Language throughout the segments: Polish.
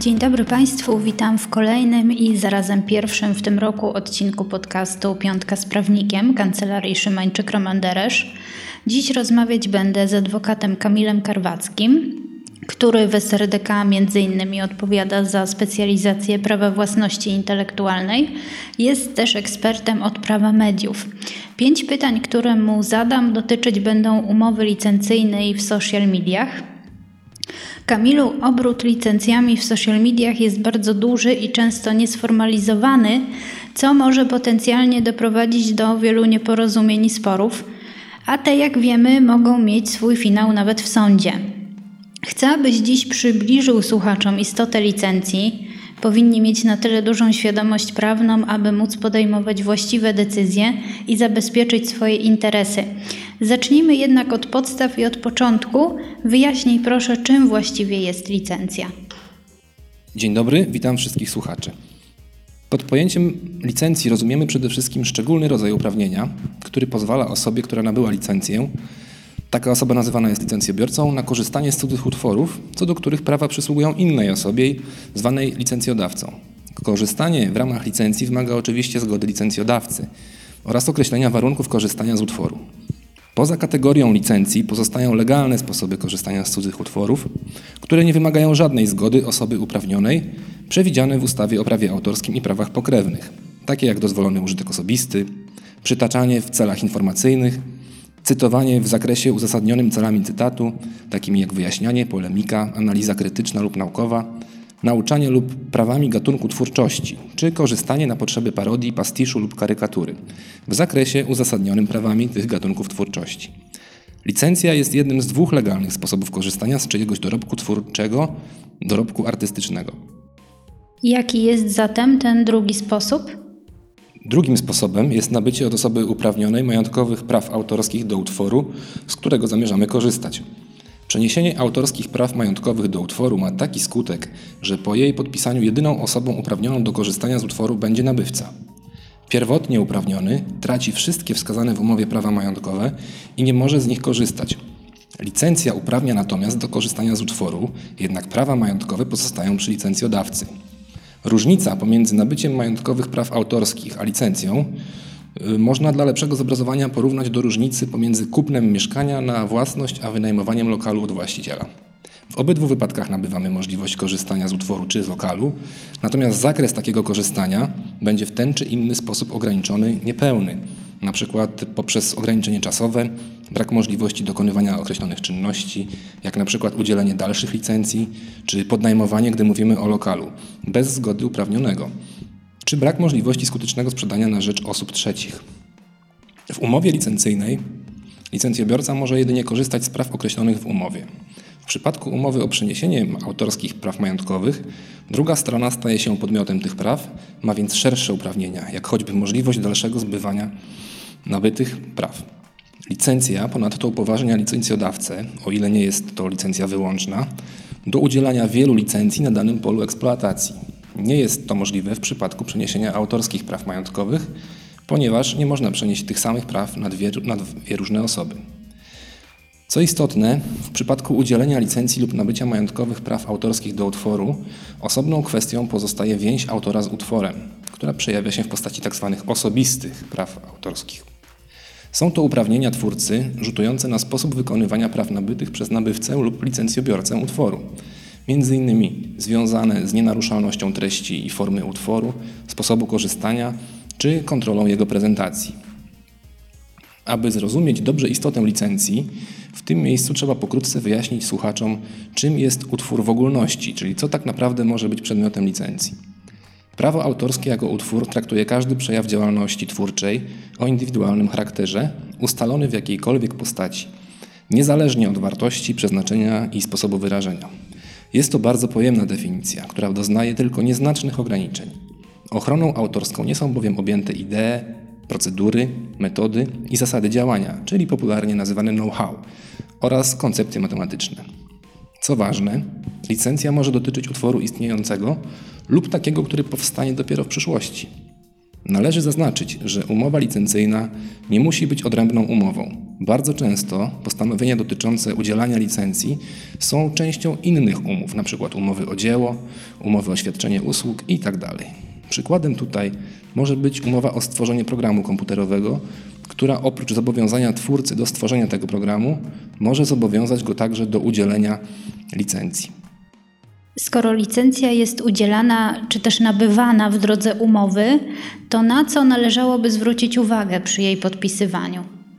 Dzień dobry Państwu, witam w kolejnym i zarazem pierwszym w tym roku odcinku podcastu Piątka z prawnikiem Kancelarii Szymańczyk-Roman-Deresz. Dziś rozmawiać będę z adwokatem Kamilem Karwackim, który w SRDK m.in. odpowiada za specjalizację prawa własności intelektualnej. Jest też ekspertem od prawa mediów. 5 pytań, które mu zadam, dotyczyć będą umowy licencyjnej w social mediach. Kamilu, obrót licencjami w social mediach jest bardzo duży i często niesformalizowany, co może potencjalnie doprowadzić do wielu nieporozumień i sporów, a te, jak wiemy, mogą mieć swój finał nawet w sądzie. Chcę, abyś dziś przybliżył słuchaczom istotę licencji. Powinni mieć na tyle dużą świadomość prawną, aby móc podejmować właściwe decyzje i zabezpieczyć swoje interesy. Zacznijmy jednak od podstaw i od początku. Wyjaśnij proszę, czym właściwie jest licencja. Dzień dobry, witam wszystkich słuchaczy. Pod pojęciem licencji rozumiemy przede wszystkim szczególny rodzaj uprawnienia, który pozwala osobie, która nabyła licencję, taka osoba nazywana jest licencjobiorcą, na korzystanie z cudzych utworów, co do których prawa przysługują innej osobie, zwanej licencjodawcą. Korzystanie w ramach licencji wymaga oczywiście zgody licencjodawcy oraz określenia warunków korzystania z utworu. Poza kategorią licencji pozostają legalne sposoby korzystania z cudzych utworów, które nie wymagają żadnej zgody osoby uprawnionej, przewidziane w ustawie o prawie autorskim i prawach pokrewnych, takie jak dozwolony użytek osobisty, przytaczanie w celach informacyjnych, cytowanie w zakresie uzasadnionym celami cytatu, takimi jak wyjaśnianie, polemika, analiza krytyczna lub naukowa, nauczanie lub prawami gatunku twórczości, czy korzystanie na potrzeby parodii, pastiszu lub karykatury, w zakresie uzasadnionym prawami tych gatunków twórczości. Licencja jest jednym z 2 legalnych sposobów korzystania z czyjegoś dorobku twórczego, dorobku artystycznego. Jaki jest zatem ten drugi sposób? Drugim sposobem jest nabycie od osoby uprawnionej majątkowych praw autorskich do utworu, z którego zamierzamy korzystać. Przeniesienie autorskich praw majątkowych do utworu ma taki skutek, że po jej podpisaniu jedyną osobą uprawnioną do korzystania z utworu będzie nabywca. Pierwotnie uprawniony traci wszystkie wskazane w umowie prawa majątkowe i nie może z nich korzystać. Licencja uprawnia natomiast do korzystania z utworu, jednak prawa majątkowe pozostają przy licencjodawcy. Różnica pomiędzy nabyciem majątkowych praw autorskich a licencją można dla lepszego zobrazowania porównać do różnicy pomiędzy kupnem mieszkania na własność a wynajmowaniem lokalu od właściciela. W obydwu wypadkach nabywamy możliwość korzystania z utworu czy z lokalu, natomiast zakres takiego korzystania będzie w ten czy inny sposób ograniczony, niepełny, na przykład poprzez ograniczenie czasowe, brak możliwości dokonywania określonych czynności, jak na przykład udzielenie dalszych licencji, czy podnajmowanie, gdy mówimy o lokalu, bez zgody uprawnionego, czy brak możliwości skutecznego sprzedania na rzecz osób trzecich. W umowie licencyjnej licencjobiorca może jedynie korzystać z praw określonych w umowie. W przypadku umowy o przeniesienie autorskich praw majątkowych, druga strona staje się podmiotem tych praw, ma więc szersze uprawnienia, jak choćby możliwość dalszego zbywania nabytych praw. Licencja ponadto upoważnia licencjodawcę, o ile nie jest to licencja wyłączna, do udzielania wielu licencji na danym polu eksploatacji. Nie jest to możliwe w przypadku przeniesienia autorskich praw majątkowych, ponieważ nie można przenieść tych samych praw na dwie różne osoby. Co istotne, w przypadku udzielenia licencji lub nabycia majątkowych praw autorskich do utworu, osobną kwestią pozostaje więź autora z utworem, która przejawia się w postaci tzw. osobistych praw autorskich. Są to uprawnienia twórcy rzutujące na sposób wykonywania praw nabytych przez nabywcę lub licencjobiorcę utworu, między innymi związane z nienaruszalnością treści i formy utworu, sposobu korzystania czy kontrolą jego prezentacji. Aby zrozumieć dobrze istotę licencji, w tym miejscu trzeba pokrótce wyjaśnić słuchaczom, czym jest utwór w ogólności, czyli co tak naprawdę może być przedmiotem licencji. Prawo autorskie jako utwór traktuje każdy przejaw działalności twórczej o indywidualnym charakterze, ustalony w jakiejkolwiek postaci, niezależnie od wartości, przeznaczenia i sposobu wyrażenia. Jest to bardzo pojemna definicja, która doznaje tylko nieznacznych ograniczeń. Ochroną autorską nie są bowiem objęte idee, procedury, metody i zasady działania, czyli popularnie nazywane know-how, oraz koncepcje matematyczne. Co ważne, licencja może dotyczyć utworu istniejącego lub takiego, który powstanie dopiero w przyszłości. Należy zaznaczyć, że umowa licencyjna nie musi być odrębną umową. Bardzo często postanowienia dotyczące udzielania licencji są częścią innych umów, np. umowy o dzieło, umowy o świadczenie usług itd. Przykładem tutaj może być umowa o stworzenie programu komputerowego, która oprócz zobowiązania twórcy do stworzenia tego programu może zobowiązać go także do udzielenia licencji. Skoro licencja jest udzielana czy też nabywana w drodze umowy, to na co należałoby zwrócić uwagę przy jej podpisywaniu?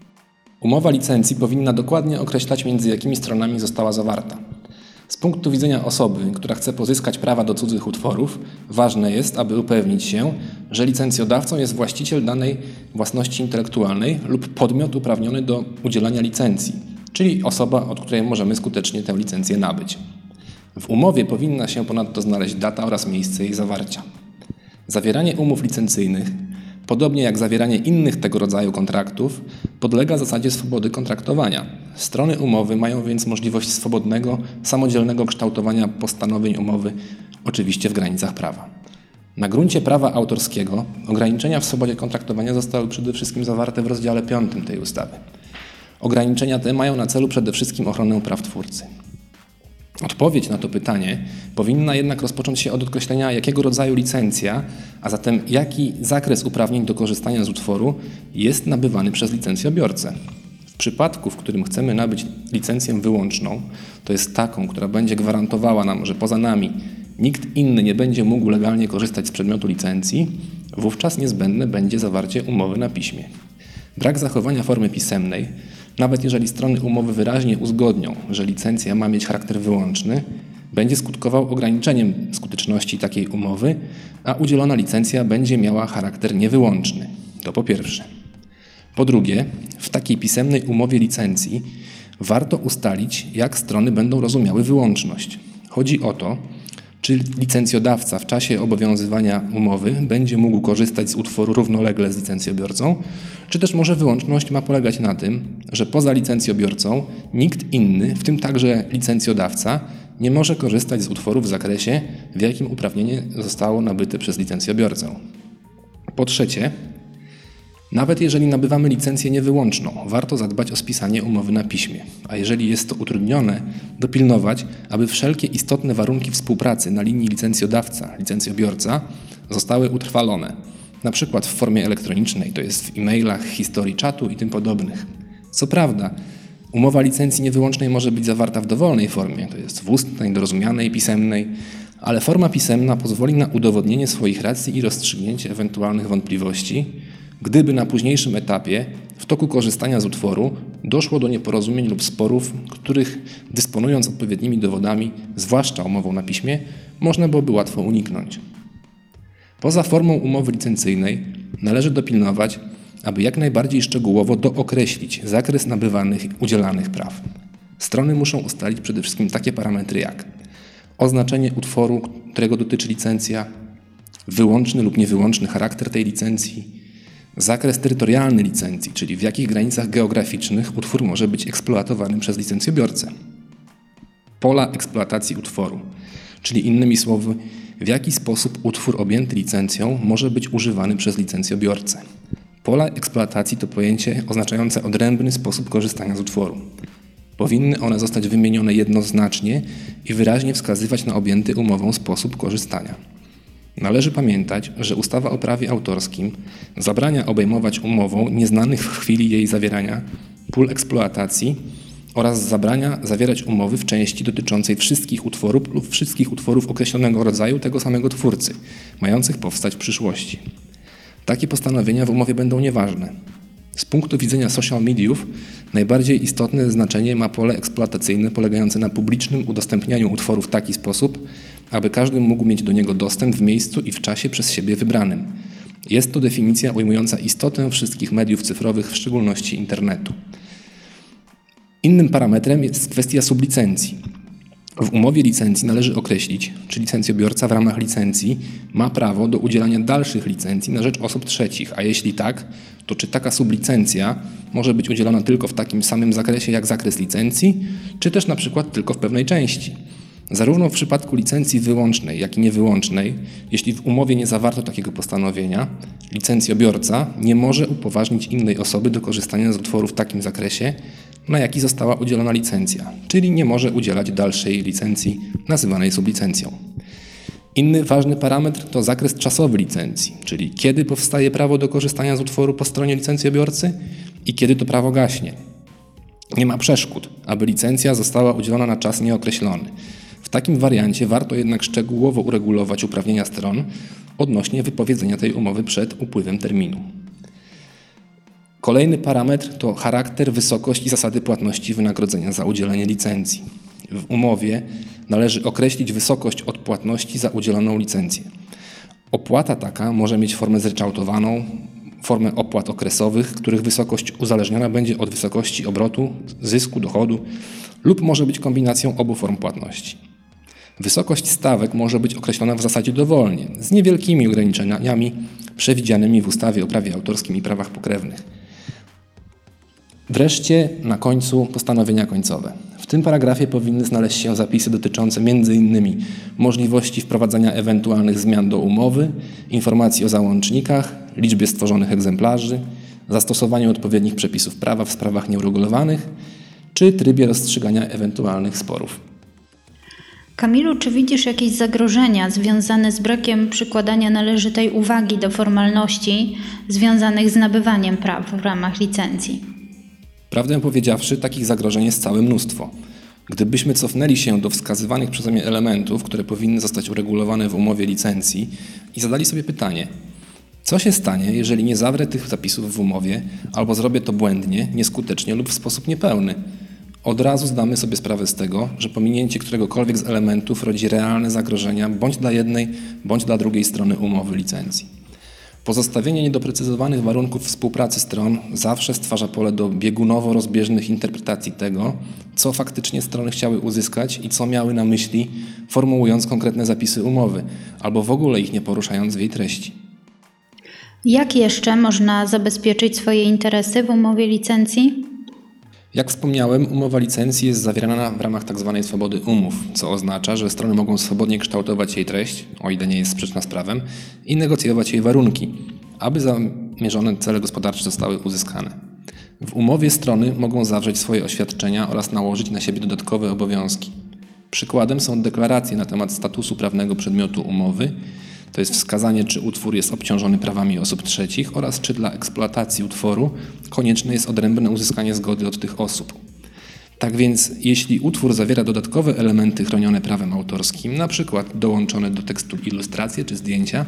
Umowa licencji powinna dokładnie określać, między jakimi stronami została zawarta. Z punktu widzenia osoby, która chce pozyskać prawa do cudzych utworów, ważne jest, aby upewnić się, że licencjodawcą jest właściciel danej własności intelektualnej lub podmiot uprawniony do udzielania licencji, czyli osoba, od której możemy skutecznie tę licencję nabyć. W umowie powinna się ponadto znaleźć data oraz miejsce jej zawarcia. Zawieranie umów licencyjnych, podobnie jak zawieranie innych tego rodzaju kontraktów, podlega zasadzie swobody kontraktowania. Strony umowy mają więc możliwość swobodnego, samodzielnego kształtowania postanowień umowy, oczywiście w granicach prawa. Na gruncie prawa autorskiego ograniczenia w swobodzie kontraktowania zostały przede wszystkim zawarte w rozdziale 5 tej ustawy. Ograniczenia te mają na celu przede wszystkim ochronę praw twórcy. Odpowiedź na to pytanie powinna jednak rozpocząć się od określenia, jakiego rodzaju licencja, a zatem jaki zakres uprawnień do korzystania z utworu jest nabywany przez licencjobiorcę. W przypadku, w którym chcemy nabyć licencję wyłączną, to jest taką, która będzie gwarantowała nam, że poza nami nikt inny nie będzie mógł legalnie korzystać z przedmiotu licencji, wówczas niezbędne będzie zawarcie umowy na piśmie. Brak zachowania formy pisemnej, nawet jeżeli strony umowy wyraźnie uzgodnią, że licencja ma mieć charakter wyłączny, będzie skutkował ograniczeniem skuteczności takiej umowy, a udzielona licencja będzie miała charakter niewyłączny. To po pierwsze. Po drugie, w takiej pisemnej umowie licencji warto ustalić, jak strony będą rozumiały wyłączność. Chodzi o to, czy licencjodawca w czasie obowiązywania umowy będzie mógł korzystać z utworu równolegle z licencjobiorcą, czy też może wyłączność ma polegać na tym, że poza licencjobiorcą nikt inny, w tym także licencjodawca, nie może korzystać z utworu w zakresie, w jakim uprawnienie zostało nabyte przez licencjobiorcę. Po trzecie, nawet jeżeli nabywamy licencję niewyłączną, warto zadbać o spisanie umowy na piśmie, a jeżeli jest to utrudnione, dopilnować, aby wszelkie istotne warunki współpracy na linii licencjodawca-licencjobiorca zostały utrwalone, na przykład w formie elektronicznej, to jest w e-mailach, historii czatu i tym podobnych. Co prawda, umowa licencji niewyłącznej może być zawarta w dowolnej formie, to jest w ustnej, dorozumianej, pisemnej, ale forma pisemna pozwoli na udowodnienie swoich racji i rozstrzygnięcie ewentualnych wątpliwości, gdyby na późniejszym etapie, w toku korzystania z utworu, doszło do nieporozumień lub sporów, których dysponując odpowiednimi dowodami, zwłaszcza umową na piśmie, można byłoby łatwo uniknąć. Poza formą umowy licencyjnej należy dopilnować, aby jak najbardziej szczegółowo dookreślić zakres nabywanych i udzielanych praw. Strony muszą ustalić przede wszystkim takie parametry jak oznaczenie utworu, którego dotyczy licencja, wyłączny lub niewyłączny charakter tej licencji, zakres terytorialny licencji, czyli w jakich granicach geograficznych utwór może być eksploatowany przez licencjobiorcę. Pola eksploatacji utworu, czyli innymi słowy, w jaki sposób utwór objęty licencją może być używany przez licencjobiorcę. Pola eksploatacji to pojęcie oznaczające odrębny sposób korzystania z utworu. Powinny one zostać wymienione jednoznacznie i wyraźnie wskazywać na objęty umową sposób korzystania. Należy pamiętać, że ustawa o prawie autorskim zabrania obejmować umową nieznanych w chwili jej zawierania pól eksploatacji oraz zabrania zawierać umowy w części dotyczącej wszystkich utworów lub wszystkich utworów określonego rodzaju tego samego twórcy, mających powstać w przyszłości. Takie postanowienia w umowie będą nieważne. Z punktu widzenia social mediów najbardziej istotne znaczenie ma pole eksploatacyjne polegające na publicznym udostępnianiu utworu w taki sposób, aby każdy mógł mieć do niego dostęp w miejscu i w czasie przez siebie wybranym. Jest to definicja ujmująca istotę wszystkich mediów cyfrowych, w szczególności internetu. Innym parametrem jest kwestia sublicencji. W umowie licencji należy określić, czy licencjobiorca w ramach licencji ma prawo do udzielania dalszych licencji na rzecz osób trzecich, a jeśli tak, to czy taka sublicencja może być udzielona tylko w takim samym zakresie jak zakres licencji, czy też na przykład tylko w pewnej części. Zarówno w przypadku licencji wyłącznej, jak i niewyłącznej, jeśli w umowie nie zawarto takiego postanowienia, licencjobiorca nie może upoważnić innej osoby do korzystania z utworu w takim zakresie, na jaki została udzielona licencja, czyli nie może udzielać dalszej licencji nazywanej sublicencją. Inny ważny parametr to zakres czasowy licencji, czyli kiedy powstaje prawo do korzystania z utworu po stronie licencjobiorcy i kiedy to prawo gaśnie. Nie ma przeszkód, aby licencja została udzielona na czas nieokreślony. W takim wariancie warto jednak szczegółowo uregulować uprawnienia stron odnośnie wypowiedzenia tej umowy przed upływem terminu. Kolejny parametr to charakter, wysokość i zasady płatności wynagrodzenia za udzielenie licencji. W umowie należy określić wysokość odpłatności za udzieloną licencję. Opłata taka może mieć formę zryczałtowaną, formę opłat okresowych, których wysokość uzależniona będzie od wysokości obrotu, zysku, dochodu lub może być kombinacją obu form płatności. Wysokość stawek może być określona w zasadzie dowolnie, z niewielkimi ograniczeniami przewidzianymi w ustawie o prawie autorskim i prawach pokrewnych. Wreszcie na końcu postanowienia końcowe. W tym paragrafie powinny znaleźć się zapisy dotyczące m.in. możliwości wprowadzania ewentualnych zmian do umowy, informacji o załącznikach, liczbie stworzonych egzemplarzy, zastosowaniu odpowiednich przepisów prawa w sprawach nieuregulowanych czy trybie rozstrzygania ewentualnych sporów. Kamilu, czy widzisz jakieś zagrożenia związane z brakiem przykładania należytej uwagi do formalności związanych z nabywaniem praw w ramach licencji? Prawdę powiedziawszy, takich zagrożeń jest całe mnóstwo. Gdybyśmy cofnęli się do wskazywanych przeze mnie elementów, które powinny zostać uregulowane w umowie licencji i zadali sobie pytanie, co się stanie, jeżeli nie zawrę tych zapisów w umowie albo zrobię to błędnie, nieskutecznie lub w sposób niepełny? Od razu zdamy sobie sprawę z tego, że pominięcie któregokolwiek z elementów rodzi realne zagrożenia bądź dla jednej, bądź dla drugiej strony umowy licencji. Pozostawienie niedoprecyzowanych warunków współpracy stron zawsze stwarza pole do biegunowo rozbieżnych interpretacji tego, co faktycznie strony chciały uzyskać i co miały na myśli, formułując konkretne zapisy umowy, albo w ogóle ich nie poruszając w jej treści. Jak jeszcze można zabezpieczyć swoje interesy w umowie licencji? Jak wspomniałem, umowa licencji jest zawierana w ramach tzw. swobody umów, co oznacza, że strony mogą swobodnie kształtować jej treść, o ile nie jest sprzeczna z prawem, i negocjować jej warunki, aby zamierzone cele gospodarcze zostały uzyskane. W umowie strony mogą zawrzeć swoje oświadczenia oraz nałożyć na siebie dodatkowe obowiązki. Przykładem są deklaracje na temat statusu prawnego przedmiotu umowy, to jest wskazanie, czy utwór jest obciążony prawami osób trzecich oraz czy dla eksploatacji utworu konieczne jest odrębne uzyskanie zgody od tych osób. Tak więc, jeśli utwór zawiera dodatkowe elementy chronione prawem autorskim, np. dołączone do tekstu ilustracje czy zdjęcia,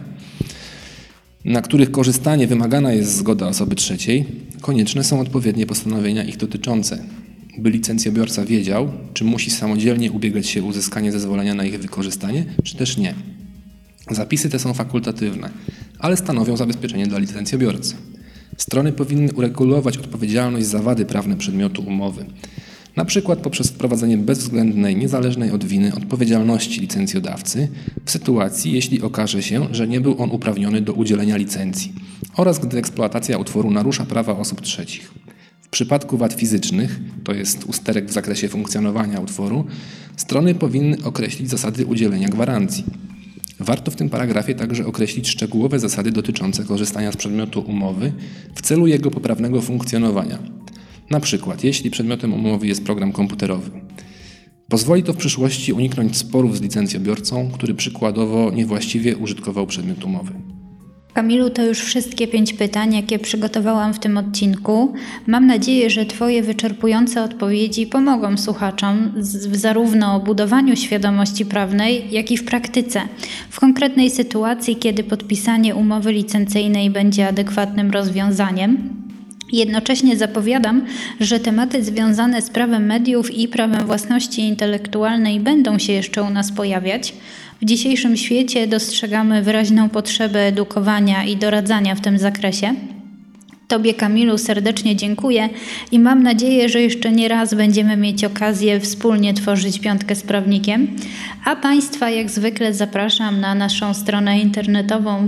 na których korzystanie wymagana jest zgoda osoby trzeciej, konieczne są odpowiednie postanowienia ich dotyczące, by licencjobiorca wiedział, czy musi samodzielnie ubiegać się o uzyskanie zezwolenia na ich wykorzystanie, czy też nie. Zapisy te są fakultatywne, ale stanowią zabezpieczenie dla licencjobiorcy. Strony powinny uregulować odpowiedzialność za wady prawne przedmiotu umowy, na przykład poprzez wprowadzenie bezwzględnej, niezależnej od winy odpowiedzialności licencjodawcy w sytuacji, jeśli okaże się, że nie był on uprawniony do udzielenia licencji oraz gdy eksploatacja utworu narusza prawa osób trzecich. W przypadku wad fizycznych, to jest usterek w zakresie funkcjonowania utworu, strony powinny określić zasady udzielenia gwarancji. Warto w tym paragrafie także określić szczegółowe zasady dotyczące korzystania z przedmiotu umowy w celu jego poprawnego funkcjonowania. Na przykład, jeśli przedmiotem umowy jest program komputerowy. Pozwoli to w przyszłości uniknąć sporów z licencjobiorcą, który przykładowo niewłaściwie użytkował przedmiot umowy. Kamilu, to już wszystkie 5 pytań, jakie przygotowałam w tym odcinku. Mam nadzieję, że Twoje wyczerpujące odpowiedzi pomogą słuchaczom w zarówno budowaniu świadomości prawnej, jak i w praktyce. W konkretnej sytuacji, kiedy podpisanie umowy licencyjnej będzie adekwatnym rozwiązaniem. Jednocześnie zapowiadam, że tematy związane z prawem mediów i prawem własności intelektualnej będą się jeszcze u nas pojawiać. W dzisiejszym świecie dostrzegamy wyraźną potrzebę edukowania i doradzania w tym zakresie. Tobie, Kamilu, serdecznie dziękuję i mam nadzieję, że jeszcze nie raz będziemy mieć okazję wspólnie tworzyć Piątkę z Prawnikiem. A Państwa jak zwykle zapraszam na naszą stronę internetową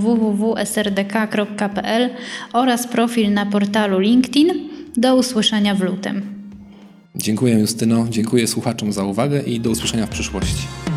www.srdk.pl oraz profil na portalu LinkedIn. Do usłyszenia w lutym. Dziękuję, Justyno, dziękuję słuchaczom za uwagę i do usłyszenia w przyszłości.